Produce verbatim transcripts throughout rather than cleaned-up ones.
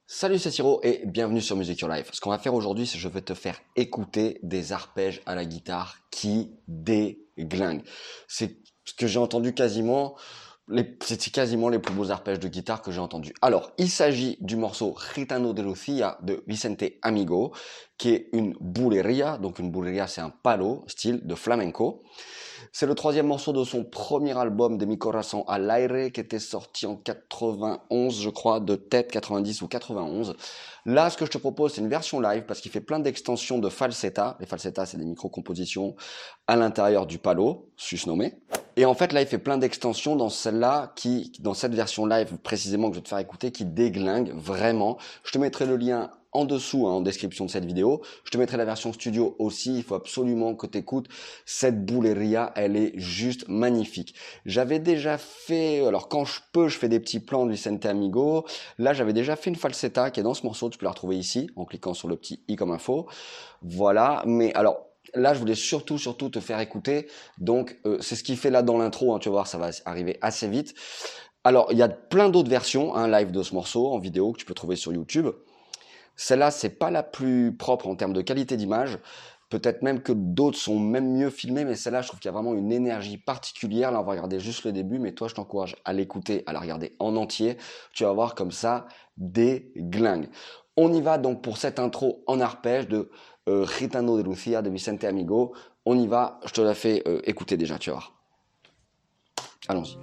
Salut, c'est Siro et bienvenue sur Music Your Life. Ce qu'on va faire aujourd'hui, c'est que je vais te faire écouter des arpèges à la guitare qui déglinguent. C'est ce que j'ai entendu quasiment, les, c'est quasiment les plus beaux arpèges de guitare que j'ai entendus. Alors, il s'agit du morceau Gitano de Lucia de Vicente Amigo, qui est une bulería. Donc une bulería, c'est un palo, style de flamenco. C'est le troisième morceau de son premier album, De Mi Corazón al Aire, qui était sorti en quatre-vingt-onze, je crois, de tête, quatre-vingt-dix ou quatre-vingt-onze. Là, ce que je te propose, c'est une version live, parce qu'il fait plein d'extensions de falsetta. Les falsettas, c'est des micro-compositions à l'intérieur du palo, susnommé. Et en fait, là, il fait plein d'extensions dans celle-là, qui, dans cette version live précisément que je vais te faire écouter, qui déglingue vraiment. Je te mettrai le lien en dessous, hein, en description de cette vidéo. Je te mettrai la version studio aussi. Il faut absolument que tu écoutes cette bulería. Elle est juste magnifique. J'avais déjà fait, alors quand je peux, je fais des petits plans de Vicente Amigo. Là, j'avais déjà fait une falsetta qui est dans ce morceau. Tu peux la retrouver ici en cliquant sur le petit i comme info. Voilà. Mais alors, là, je voulais surtout, surtout te faire écouter. Donc, euh, c'est ce qu'il fait là dans l'intro. Hein, tu vas voir, ça va arriver assez vite. Alors, il y a plein d'autres versions, hein, live de ce morceau en vidéo que tu peux trouver sur YouTube. Celle-là, c'est pas la plus propre en termes de qualité d'image. Peut-être même que d'autres sont même mieux filmées, mais celle-là, je trouve qu'il y a vraiment une énergie particulière. Là, on va regarder juste le début, mais toi, je t'encourage à l'écouter, à la regarder en entier. Tu vas voir comme ça, déglingue. On y va donc pour cette intro en arpège de euh, Gitano de Lucia de Vicente Amigo. On y va, je te la fais euh, écouter déjà, tu vas voir. Allons-y.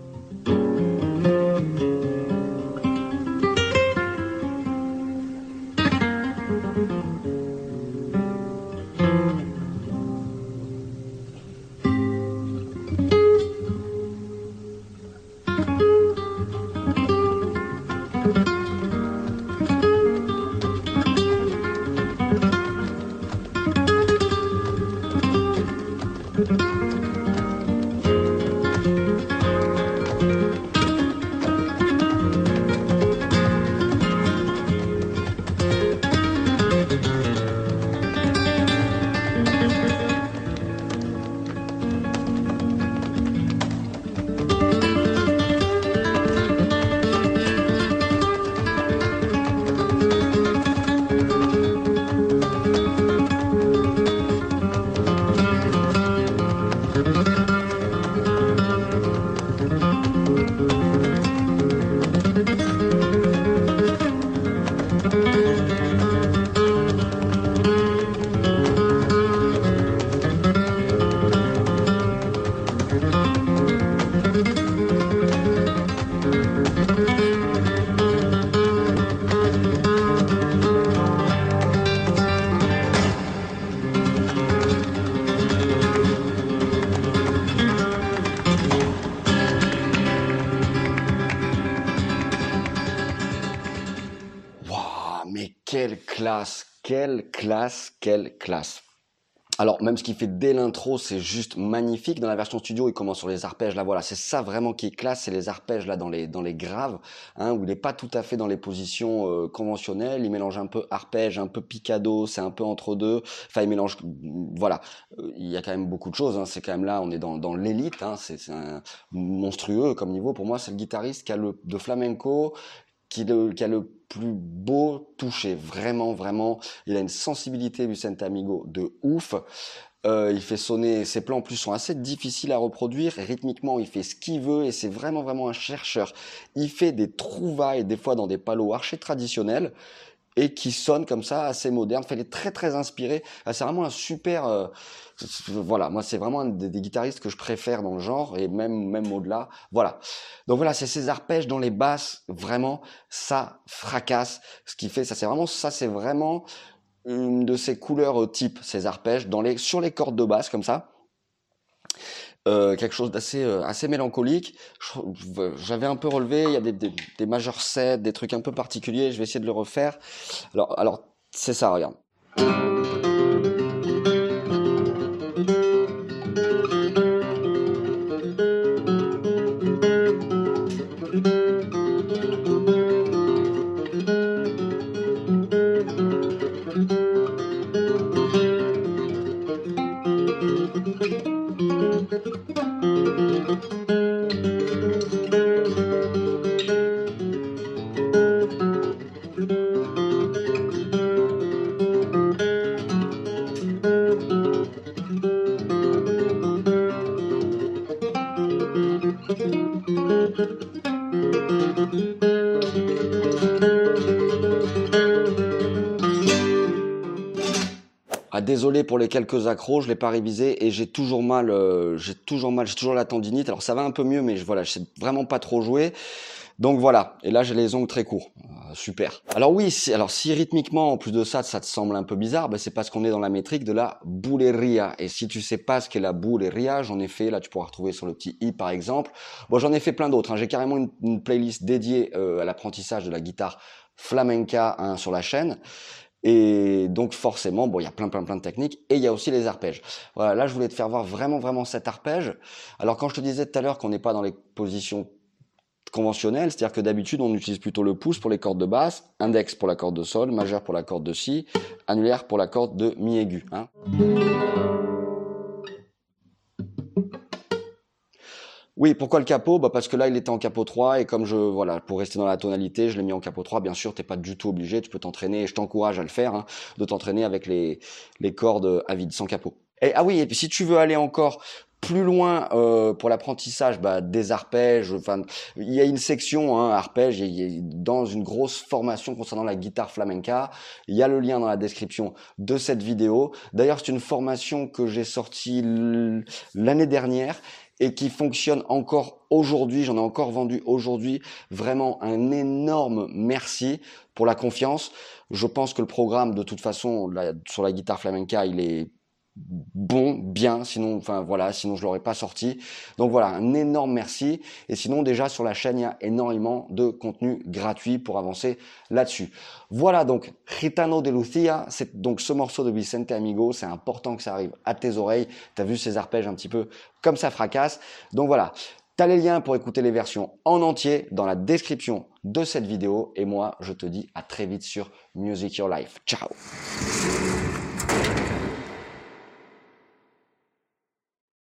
Mais quelle classe, quelle classe, quelle classe. Alors, même ce qu'il fait dès l'intro, c'est juste magnifique. Dans la version studio, il commence sur les arpèges. Là, voilà, c'est ça vraiment qui est classe, c'est les arpèges là dans les dans les graves, hein, où il n'est pas tout à fait dans les positions euh, conventionnelles. Il mélange un peu arpège, un peu picado, c'est un peu entre deux. Enfin, il mélange, voilà. Euh, il y a quand même beaucoup de choses. Hein. C'est quand même là, on est dans dans l'élite. Hein. C'est c'est un monstrueux comme niveau. Pour moi, c'est le guitariste qui a le de flamenco. Qui, le, qui a le plus beau toucher, vraiment, vraiment. Il a une sensibilité, Vicente Amigo, de ouf. Euh, il fait sonner, ses plans en plus sont assez difficiles à reproduire. Et rythmiquement, il fait ce qu'il veut et c'est vraiment, vraiment un chercheur. Il fait des trouvailles, des fois dans des palos archi traditionnels et qui sonnent comme ça, assez modernes. Enfin, il est très, très inspiré. C'est vraiment un super... Euh, voilà, moi, c'est vraiment un des, des guitaristes que je préfère dans le genre et même, même au-delà. Voilà. Donc voilà, c'est ces arpèges dans les basses, vraiment, ça fracasse. Ce qui fait, ça c'est vraiment, ça c'est vraiment une de ces couleurs type, ces arpèges dans les, sur les cordes de basse comme ça. Euh, quelque chose d'assez euh, assez mélancolique. J'avais un peu relevé, il y a des, des, des majeurs sept, des trucs un peu particuliers. Je vais essayer de le refaire. Alors, alors c'est ça, regarde. désolé pour les quelques accros, je l'ai pas révisé et j'ai toujours mal, euh, j'ai toujours mal, j'ai toujours la tendinite. Alors ça va un peu mieux, mais je, voilà, je sais vraiment pas trop jouer. Donc voilà, et là j'ai les ongles très courts, euh, super. Alors oui, si, alors si rythmiquement, en plus de ça, ça te semble un peu bizarre, ben c'est parce qu'on est dans la métrique de la bulería. Et si tu sais pas ce qu'est la bulería, j'en ai fait, là tu pourras retrouver sur le petit i par exemple. Bon, j'en ai fait plein d'autres, hein. J'ai carrément une, une playlist dédiée euh, à l'apprentissage de la guitare flamenca hein, sur la chaîne. Et donc forcément, bon, il y a plein plein plein de techniques et il y a aussi les arpèges. Voilà, là je voulais te faire voir vraiment vraiment cet arpège. Alors quand je te disais tout à l'heure qu'on n'est pas dans les positions conventionnelles, c'est-à-dire que d'habitude on utilise plutôt le pouce pour les cordes de basse, index pour la corde de sol, majeur pour la corde de si, annulaire pour la corde de mi aigu. Hein. Oui, pourquoi le capot? Bah parce que là il était en capot trois et comme je voilà, pour rester dans la tonalité, je l'ai mis en capot trois. Bien sûr, t'es pas du tout obligé, tu peux t'entraîner et je t'encourage à le faire, hein, de t'entraîner avec les les cordes à vide, sans capot. Et ah oui, et puis si tu veux aller encore plus loin euh, pour l'apprentissage bah, des arpèges, enfin il y a une section hein, arpèges, il y a, dans une grosse formation concernant la guitare flamenca. Il y a le lien dans la description de cette vidéo. D'ailleurs, c'est une formation que j'ai sortie l'année dernière et qui fonctionne encore aujourd'hui, j'en ai encore vendu aujourd'hui, vraiment un énorme merci pour la confiance. Je pense que le programme, de toute façon, la, sur la guitare flamenca, il est bon, bien, sinon, enfin voilà, sinon je l'aurais pas sorti. Donc voilà, un énorme merci. Et sinon, déjà sur la chaîne, il y a énormément de contenu gratuit pour avancer là-dessus. Voilà donc Gitano de Lucia, c'est donc ce morceau de Vicente Amigo. C'est important que ça arrive à tes oreilles. T'as vu ces arpèges un petit peu comme ça fracasse. Donc voilà. T'as les liens pour écouter les versions en entier dans la description de cette vidéo. Et moi, je te dis à très vite sur Music Your Life. Ciao!